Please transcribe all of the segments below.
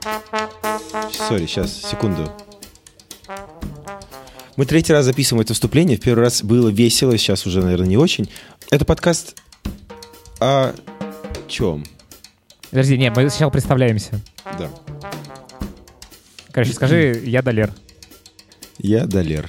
Сори, сейчас, секунду. Мы третий раз записываем это вступление. В первый раз было весело, сейчас уже, наверное, не очень. Это подкаст о чем? Подожди, нет, мы сначала представляемся. Да. Короче, скажи, я Далер. Я Далер.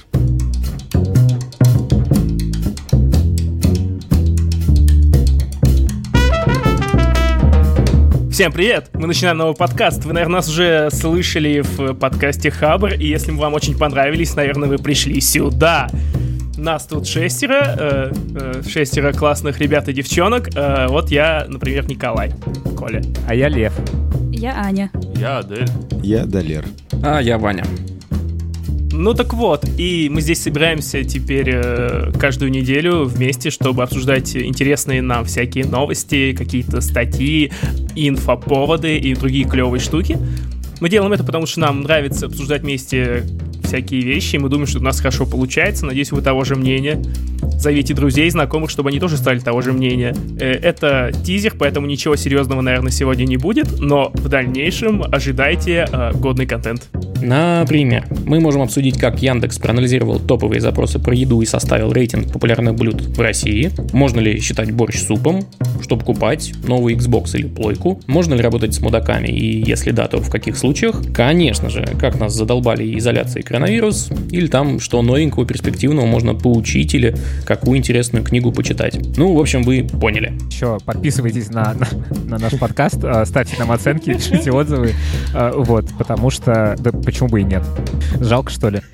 Всем привет! Мы начинаем новый подкаст. Вы, наверное, нас уже слышали в подкасте Хабр, и если мы вам очень понравились, наверное, вы пришли сюда. Нас тут шестеро классных ребят и девчонок. Вот я, например, Николай. Коля. А я Лев. Я Аня. Я Адель. Я Далер. А я Ваня. Ну так вот, и мы здесь собираемся теперь каждую неделю вместе, чтобы обсуждать интересные нам всякие новости, какие-то статьи, инфоповоды и другие клевые штуки. Мы делаем это, потому что нам нравится обсуждать вместе всякие вещи, и мы думаем, что у нас хорошо получается. Надеюсь, вы того же мнения. Зовите друзей, знакомых, чтобы они тоже стали того же мнения. Это тизер, поэтому ничего серьезного, наверное, сегодня не будет, но в дальнейшем ожидайте годный контент. Например, мы можем обсудить, как Яндекс проанализировал топовые запросы про еду и составил рейтинг популярных блюд в России. Можно ли считать борщ супом, чтобы покупать новый Xbox или плойку? Можно ли работать с мудаками, и если да, то в каких случаях? Конечно же, как нас задолбали изоляция и коронавирус, или там, что новенького, перспективного можно поучить, или какую интересную книгу почитать. Ну, в общем, вы поняли. Еще подписывайтесь на наш подкаст, ставьте нам оценки, пишите отзывы, вот, потому что, да почему бы и нет? Жалко, что ли?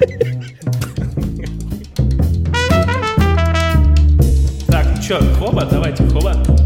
Так, что, хоба? Давайте, хоба.